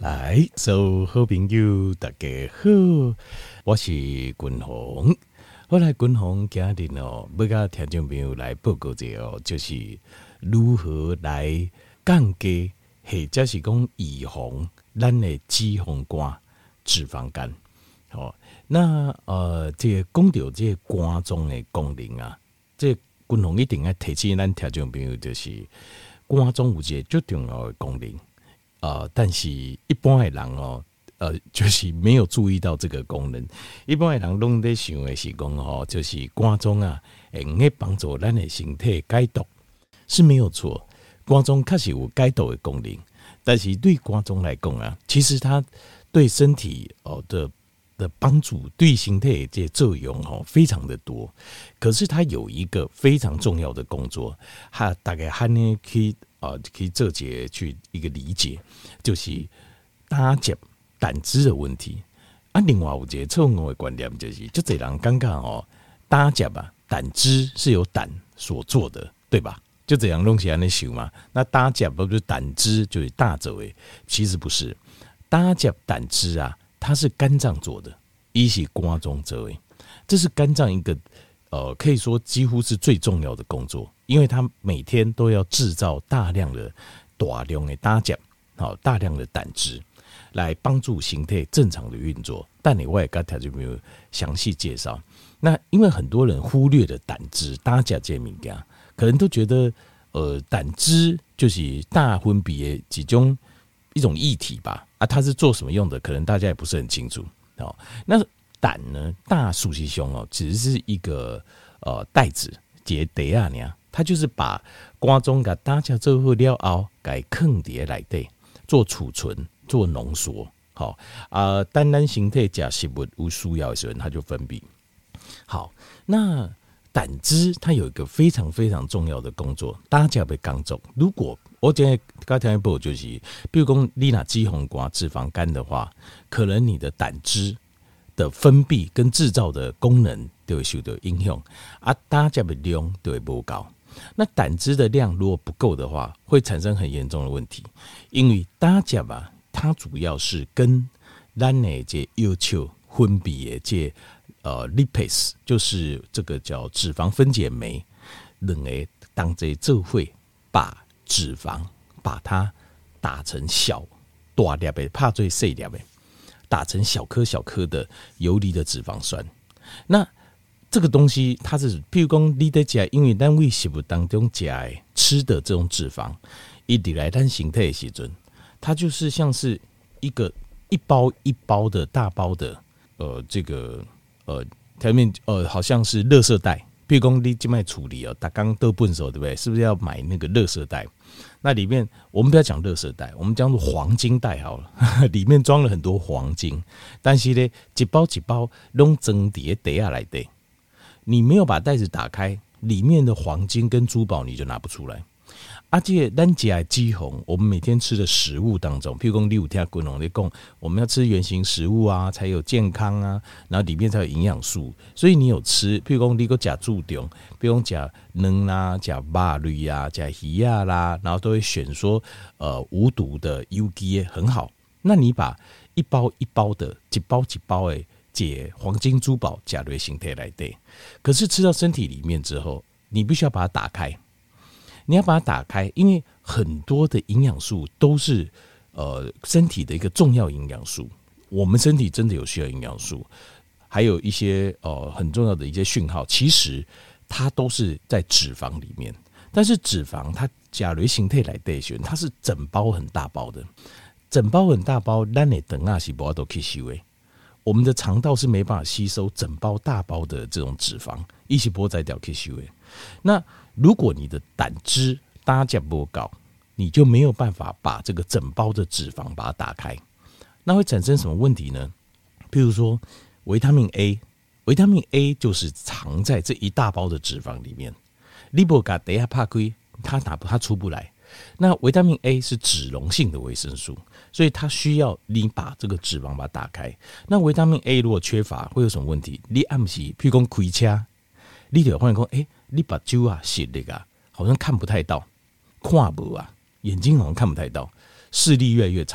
嗨，所有好朋友大家好，我是君鸿。后来君鸿今日要甲听众朋友来报告一下就是如何来降低或者是讲预防咱的脂肪肝、脂肪肝。那这个讲到这个肝脏的功能啊，这个君鸿一定要提醒咱听众朋友，就是肝脏有一个最重要的功能。但是一般的人就是没有注意到这个功能。一般的人拢在想的是讲就是肝脏啊，能够帮助咱的身体解毒，是没有错。肝脏确实有解毒的功能，但是对肝脏来讲啊，其实它对身体的帮助，对身体的这作用非常的多。可是它有一个非常重要的工作，它大概还呢可以做一个理解，就是打结胆汁的问题。另外有一个错误的观念，就是就这人刚刚打结胆汁是由胆所做的，对吧？就这样东西安尼想嘛。那打结不是胆汁就是大走诶？其实不是，打结胆汁啊，它是肝脏做的，一是肝脏做的，这是肝脏一个可以说几乎是最重要的工作。因为它每天都要制造大量的打结，大量的胆汁，来帮助身体正常的运作。但我也刚才就没有详细介绍。那因为很多人忽略了胆汁、打结这物件，可能都觉得胆汁就是大分泌的一种液体吧？它是做什么用的？可能大家也不是很清楚。那胆呢？大属性胸只是一个袋子，一个袋啊呢。它就是把肝脏给打结之后了后，给放在内底做储存、做浓缩。当咱身体吃食物有需要的时候，它就分泌。好，那胆汁它有一个非常非常重要的工作，打结被刚走。如果我今天刚听一步就是，比如说你拿脂肪肝、脂肪肝的话，可能你的胆汁的分泌跟制造的功能都会受到影响，打结的量就会不高。那胆汁的量如果不够的话，会产生很严重的问题，因为打结它主要是跟咱的这要求分泌的这lipase， 就是这个叫脂肪分解酶，两个当这做伙把脂肪把它打成大粒的，怕最细粒的，打成小颗小颗的游离的脂肪酸。那这个东西它是，譬如说你在吃，因为咱为食物当中吃的这种脂肪，一直来咱身体的时阵，它就是像是一包一包的大包的这个条面好像是垃圾袋。譬如说你现在处理大刚都笨手，对不对？是不是要买那个垃圾袋？那里面我们不要讲垃圾袋，我们讲做黄金袋好了，里面装了很多黄金，但是呢，一包一包拢装在袋仔内底。你没有把袋子打开，里面的黄金跟珠宝你就拿不出来。这咱吃的脂肪，我们每天吃的食物当中，譬如说你有听君鸿在讲，我们要吃原型食物啊，才有健康啊，然后里面才有营养素。所以你有吃，譬如说你吃注重，譬如说吃蛋啦、吃肉类啊、吃鱼啊啦，然后都会选说无毒的有机的很好。那你把一包一包的、一包一包的这黄金珠宝加入身体内底，可是吃到身体里面之后，你必须要把它打开。你要把它打开，因为很多的营养素都是身体的一个重要营养素。我们身体真的有需要营养素，还有一些很重要的一些讯号，其实它都是在脂肪里面。但是脂肪它加入身体内底时，它是整包很大包的，整包很大包，咱的肠啊是无法度吸收的。我们的肠道是没办法吸收整包大包的这种脂肪，一起波在掉吸收的。那如果你的胆汁打结不够，你就没有办法把这个整包的脂肪把它打开，那会产生什么问题呢？譬如说维他命 A， 维他命 A 就是藏在这一大包的脂肪里面，你不把等一下怕亏，它出不来。那维他命 A 是脂溶性的维生素，所以它需要你把这个脂肪把它打开。那维他命 A 如果缺乏会有什么问题？你暗时譬如说开车，你就发现说你把酒啊视力啊好像看不太到，看不啊，眼睛好像看不太到，视力越来越差，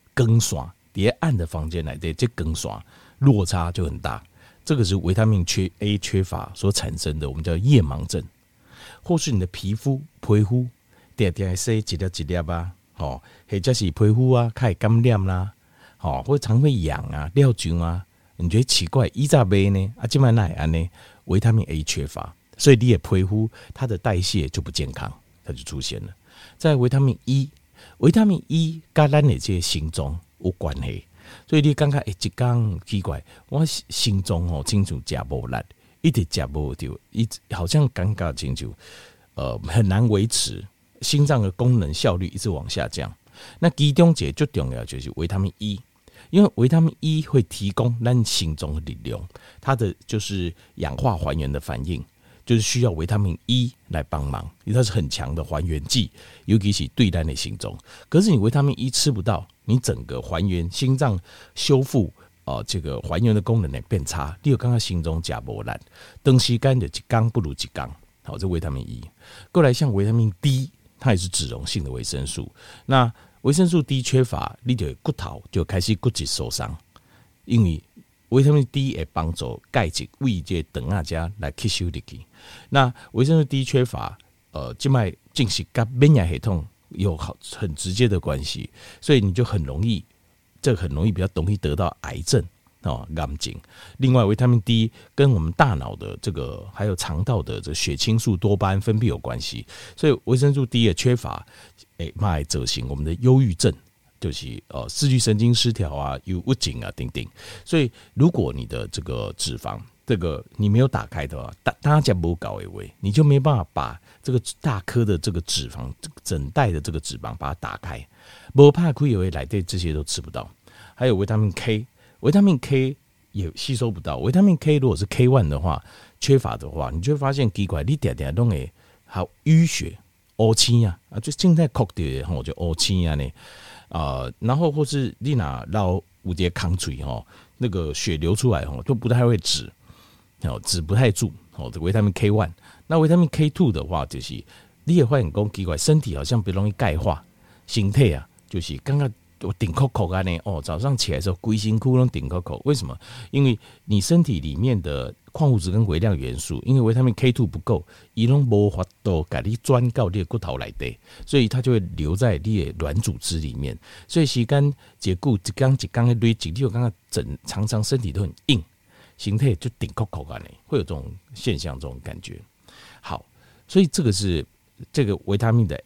光线，在暗的房间内底，这光线落差就很大。这个是维他命A 缺乏所产生的，我们叫夜盲症，或是你的皮肤常常洗一粒一粒啊，或者是皮肤啊开始干染啦，或者常会痒啊、尿肿啊，你觉得奇怪，以前没呢，现在哪会这样？维他命 A 缺乏，所以你的皮肤它的代谢就不健康，它就出现了。在维他命 E， 维他命 E 跟咱的这个心脏有关系。所以你感觉一天奇怪，我心脏亲像吃无力，一直吃无到，好像感觉亲像很难维持，心脏的功能效率一直往下降。那其中一个最重要就是维他命 E， 因为维他命 E 会提供咱心脏的力量，它的就是氧化还原的反应，就是需要维他命 E 来帮忙，因为它是很强的还原剂，尤其是对咱的心脏。可是你维他命 E 吃不到，你整个还原心脏修复这个还原的功能变差，你有刚刚心中吃无力，长时间就一天不如一天。好，这维他命 E。过来像维他命 D， 它也是脂溶性的维生素。那维生素 D 缺乏，你的骨头就开始骨质受伤，因为维他命 D 会帮助钙质为这肠啊家来吸收进去。那维生素 D 缺乏，静脉进行跟免疫系统有很直接的关系，所以你就很容易比较容易得到癌症癌症。另外，维他命 D 跟我们大脑的这个还有肠道的这血清素、多巴胺分泌有关系，所以维生素 D 的缺乏，会造成我们的忧郁症，就是视觉神经失调啊、忧郁症啊等等。所以，如果你的这个脂肪这个你没有打开的话，大家不搞位，你就没办法把这个大颗的这个脂肪，整袋的这个脂肪把它打开，不怕亏以为来对这些都吃不到。还有维他命 K， 维他命 K 也吸收不到。维他命 K 如果是 K1 的话，缺乏的话，你就会发现奇怪，你常常都会好淤血、乌青啊，就现在哭的吼就乌青啊呢，然后或是你拿到有些空嘴吼，那个血流出来吼，都不太会止。止不太住，这维他命 K1。那维他命 K2 的话，就是你也发现讲奇怪，身体好像不容易钙化，形态啊，就是刚刚我顶扣扣啊呢，早上起来的时候龟辛苦拢顶扣扣，为什么？因为你身体里面的矿物质跟微量元素，因为维他命 K2 不够，伊拢无法度给你转到你的骨头来的，所以它就会留在你的软组织里面，所以时间结固一缸一缸的累积，你就刚刚常常身体都很硬。形态就顶扣扣感会有这种现象，这种感觉。好，所以这个是这个维他命的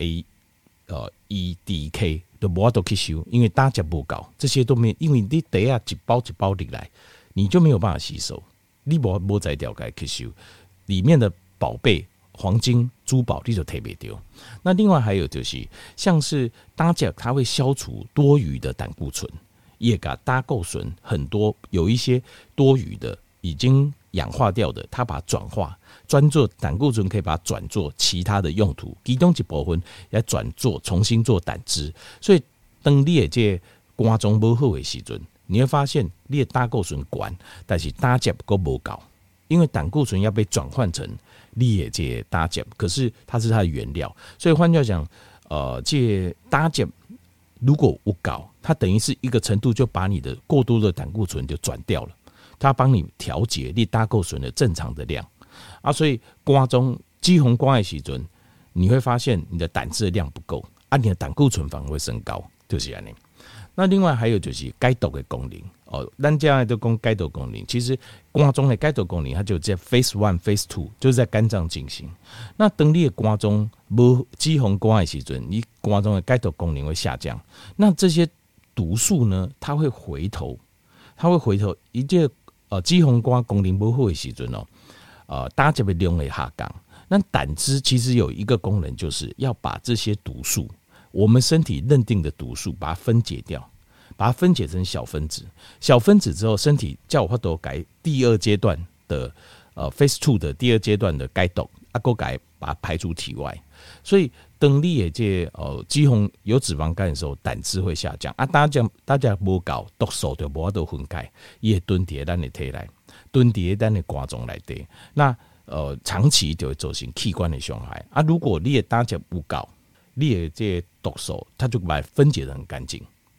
A、E、D、K 都无法度吸收，因为大家不够，这些都没有，因为你得要一包一包进来，你就没有办法吸收，你无在掉该吸收里面的宝贝黄金珠宝，你就特别丢。那另外还有就是，像是大家它会消除多余的胆固醇，也把胆固醇很多有一些多余的。已经氧化掉的，它把它转化，专做胆固醇可以把它转做其他的用途，其中一部分来转做重新做胆汁。所以当你的这肝脏不好的时阵，你会发现你的胆固醇高，但是胆汁还不够，因为胆固醇要被转换成你的这胆汁，可是它是它的原料。所以换句话讲，这胆汁如果不够，它等于是一个程度就把你的过多的胆固醇就转掉了。它帮你调节你胆固醇的正常的量啊，所以肝中肌红肝的时候，你会发现你的胆汁的量不够啊，你的胆固醇反而会升高，就是这样。那另外还有就是解毒的功能咱这样都讲解毒功能，其实肝中的解毒功能它就在 Phase 1、Phase 2，就是在肝脏进行。那当你的肝中无肌红肝的时候，你肝中的解毒功能会下降，那这些毒素呢，它会回头，一个肌红肝功能不好的时候胆汁的量会下降。那胆汁其实有一个功能，就是要把这些毒素，我们身体认定的毒素，把它分解掉，把它分解成小分子。小分子之后，身体叫我都改第二阶段的Phase 2的第二阶段的解毒，改把它排出体外。所以当你的这肌红有脂肪肝的时候，胆汁会下降啊。大家不够毒素就无法度分解，也蹲在咱的体内，蹲在咱的肝脏内底。那长期就会造成器官的伤害啊。如果你的胆汁不够，你的这毒素它就把它分解得很干净，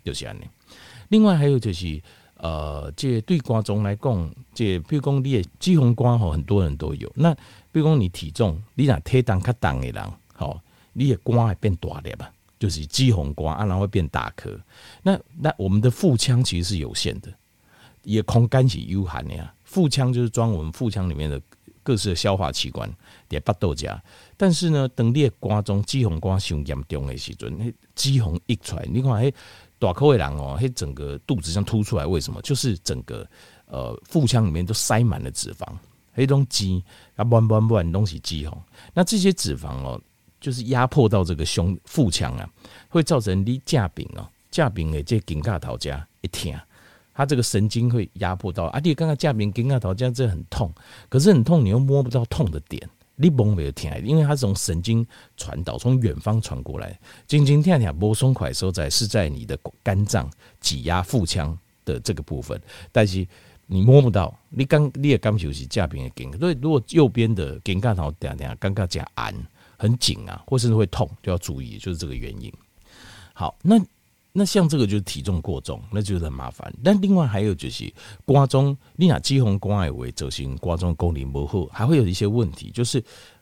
就是安尼。另外还有就是这对肝脏来讲，这比如讲你的脂肪肝很多人都有。那比如讲你体重，你若体重较重的人，你的肝会变大粒吧，就是脂肪肝然后会变大颗。那我们的腹腔其实是有限的，也空间是有限的。腹腔就是装我们腹腔里面的各式的消化器官，在腹肚家。但是呢，当你的肝中脂肪肝上严重的时阵，脂肪溢出来，你看大口的人整个肚子上凸出来，为什么？就是整个腹腔里面都塞满了脂肪，那种肌满都是脂肪。那这些脂肪就是压迫到这个腹腔啊，会造成你架柄的这颈胛头家一痛，它这个神经会压迫到你刚刚架柄颈胛头家这很痛，可是很痛你又摸不到痛的点，你摸不到痛，因为它是从神经传导，从远方传过来，真真痛痛不松快所在是在你的肝脏挤压腹腔的这个部分，但是你摸不到，你的感受是架柄的颈，所以如果右边的颈胛头感觉加按很紧或甚至会痛，就要注意，就是这个原因。好，那像这个就是体重过重，那就是很麻烦。但另外还有就是肝中，你若脂肪肝的话，造成肝中功能不好，还会有一些问题，就是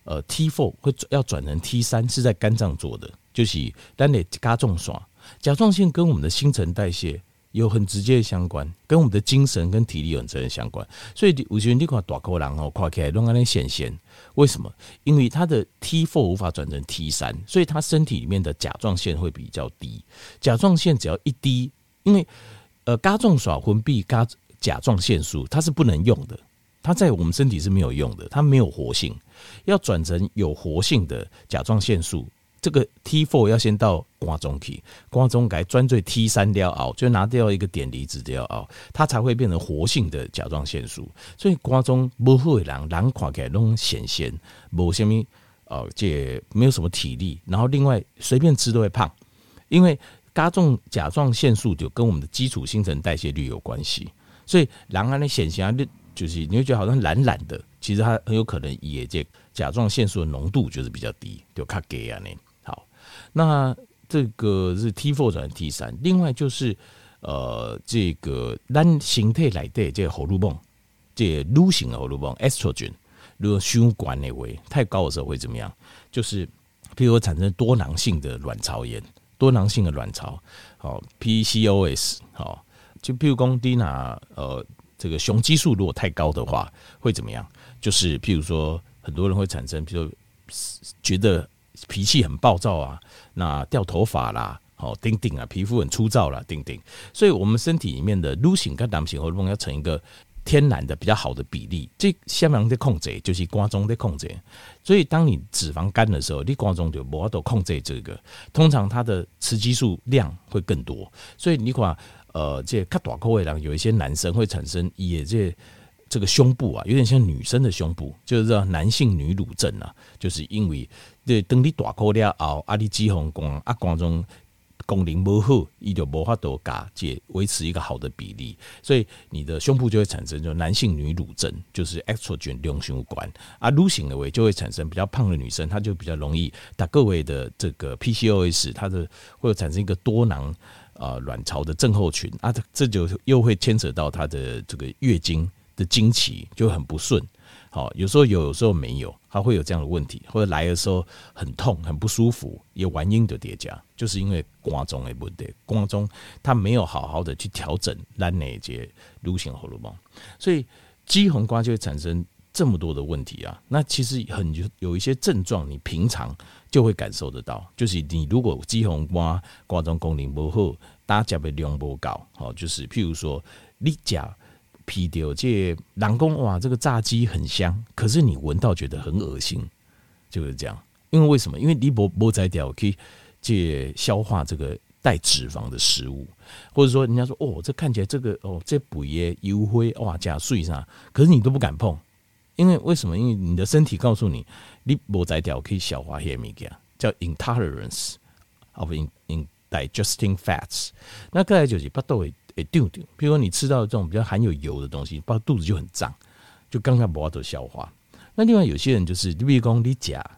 T4 会要转成 T3，是在肝脏做的，就是咱的甲状腺。甲状腺跟我们的新陈代谢有很直接的相关，跟我们的精神跟体力有很直接的相关。所以有时候你看大口人看起来都安尼显现，为什么？因为他的 T4 无法转成 T3，所以他身体里面的甲状腺会比较低。甲状腺只要一低，因为甲状腺分泌甲状腺素，它是不能用的，它在我们身体是没有用的，它没有活性。要转成有活性的甲状腺素，这个 T4 要先到肝中去，肝中给专对 T3 了后，就拿掉一个碘离子了后，它才会变成活性的甲状腺素。所以肝中不好的人看起来都显现，没什么这没有什么体力，然后另外随便吃都会胖，因为甲状腺素就跟我们的基础新陈代谢率有关系，所以人安尼显现就是你会觉得好像懒懒的，其实它很有可能也这甲状腺素的浓度就是比较低，就较低啊呢。好，那这个是 T4 转 T3， 另外就是这个咱身体内底这个荷尔蒙，这个女性的荷尔蒙 estrogen， 如果伤高的话，太高的时候会怎么样？就是譬如产生多囊性的卵巢炎，多囊性的卵巢，PCOS， 就譬如讲你拿这个雄激素如果太高的话，会怎么样？就是譬如说，很多人会产生，譬如说觉得脾气很暴躁啊，那掉头发啦，丁丁啊，皮肤很粗糙啦，丁丁。所以我们身体里面的女性跟男性荷尔蒙要成一个天然的比较好的比例，这下面在控制，就是肝中在控制。所以当你脂肪肝的时候，你肝中就没法控制这个，通常它的雌激素量会更多。所以你看，这较大口的人，有一些男生会产生也这个胸部啊，有点像女生的胸部，就是叫男性女乳症啊，就是因为等你大口了后，你脂肪肝肝中功能不好，你就没法度维持一个好的比例，所以你的胸部就会产生就男性女乳症，就是 estrogen 量伤高女性的话就会产生比较胖的女生，她就比较容易打各位的这个 PCOS， 它的会产生一个多囊卵巢的症候群这就又会牵扯到她的这个月经的经期就很不顺。有时候有时候没有，它会有这样的问题，或者来的时候很痛很不舒服，也原因的叠加，就是因为肝中的问题，肝中它没有好好的去调整咱的这些女性荷尔蒙，所以脂肪肝就会产生这么多的问题啊。那其实有一些症状，你平常就会感受得到，就是你如果脂肪肝肝中功能不好，大家的量不高，就是譬如说你吃皮掉这人讲哇，这个炸鸡很香，可是你闻到觉得很恶心，就是这样。因为为什么？因为你没在掉可以这消化这个带脂肪的食物，或者说人家说这看起来这个这补耶油灰哇加水啥，可是你都不敢碰，因为为什么？因为你的身体告诉你，你没在掉可以消化些物件，叫 intolerance of digesting fats。那再来就是巴肚会丢，比如说你吃到这种比较含有油的东西，包括肚子就很胀，就刚刚没法度消化。那另外有些人就是，比如说你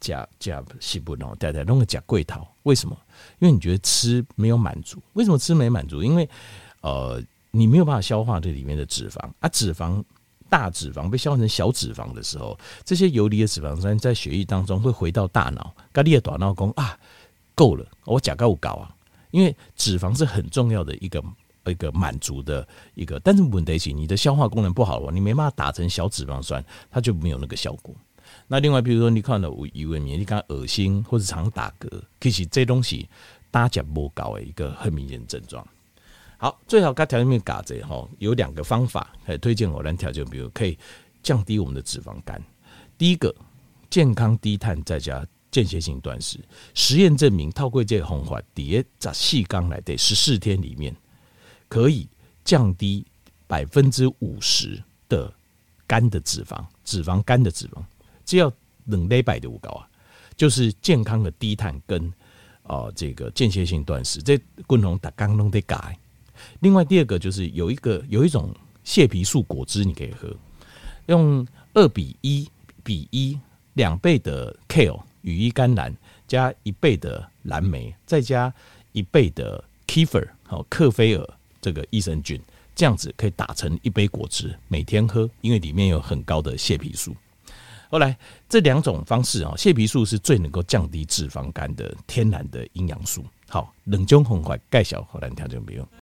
吃食物哦，大家都会吃过头，为什么？因为你觉得吃没有满足。为什么吃没满足？因为你没有办法消化这里面的脂肪啊，大脂肪被消化成小脂肪的时候，这些游离的脂肪酸在血液当中会回到大脑，跟你的大脑说啊，够了，我吃够高啊。因为脂肪是很重要的一个满足的一个，但是问题是你的消化功能不好了，你没办法打成小脂肪酸，它就没有那个效果。那另外，比如说你看到有油面，你看恶心或者常打嗝，其实这东西大家不高的一个很明显的症状。好，最好跟条件面嘎着哈，有2个方法推荐我咱条件，比如可以降低我们的脂肪肝。第一个，健康低碳再加间歇性断食。实验证明，透过这个方法，在14天来的14天里面，可以降低50%的肝的脂肪肝的脂肪，只要2礼拜就有够啊！就是健康的低碳跟这个间歇性断食，这共同打刚拢得改。另外第2个就是有一种蟹皮素果汁，你可以喝，用2:1:1 2倍的 kale 羽衣甘蓝加1倍的蓝莓，再加1倍的 kefir 克菲尔这个益生菌，这样子可以打成1杯果汁，每天喝，因为里面有很高的蟹皮素。后来这2种方式蟹皮素是最能够降低脂肪肝的天然的营养素。好，2种方法介绍给咱听众朋友。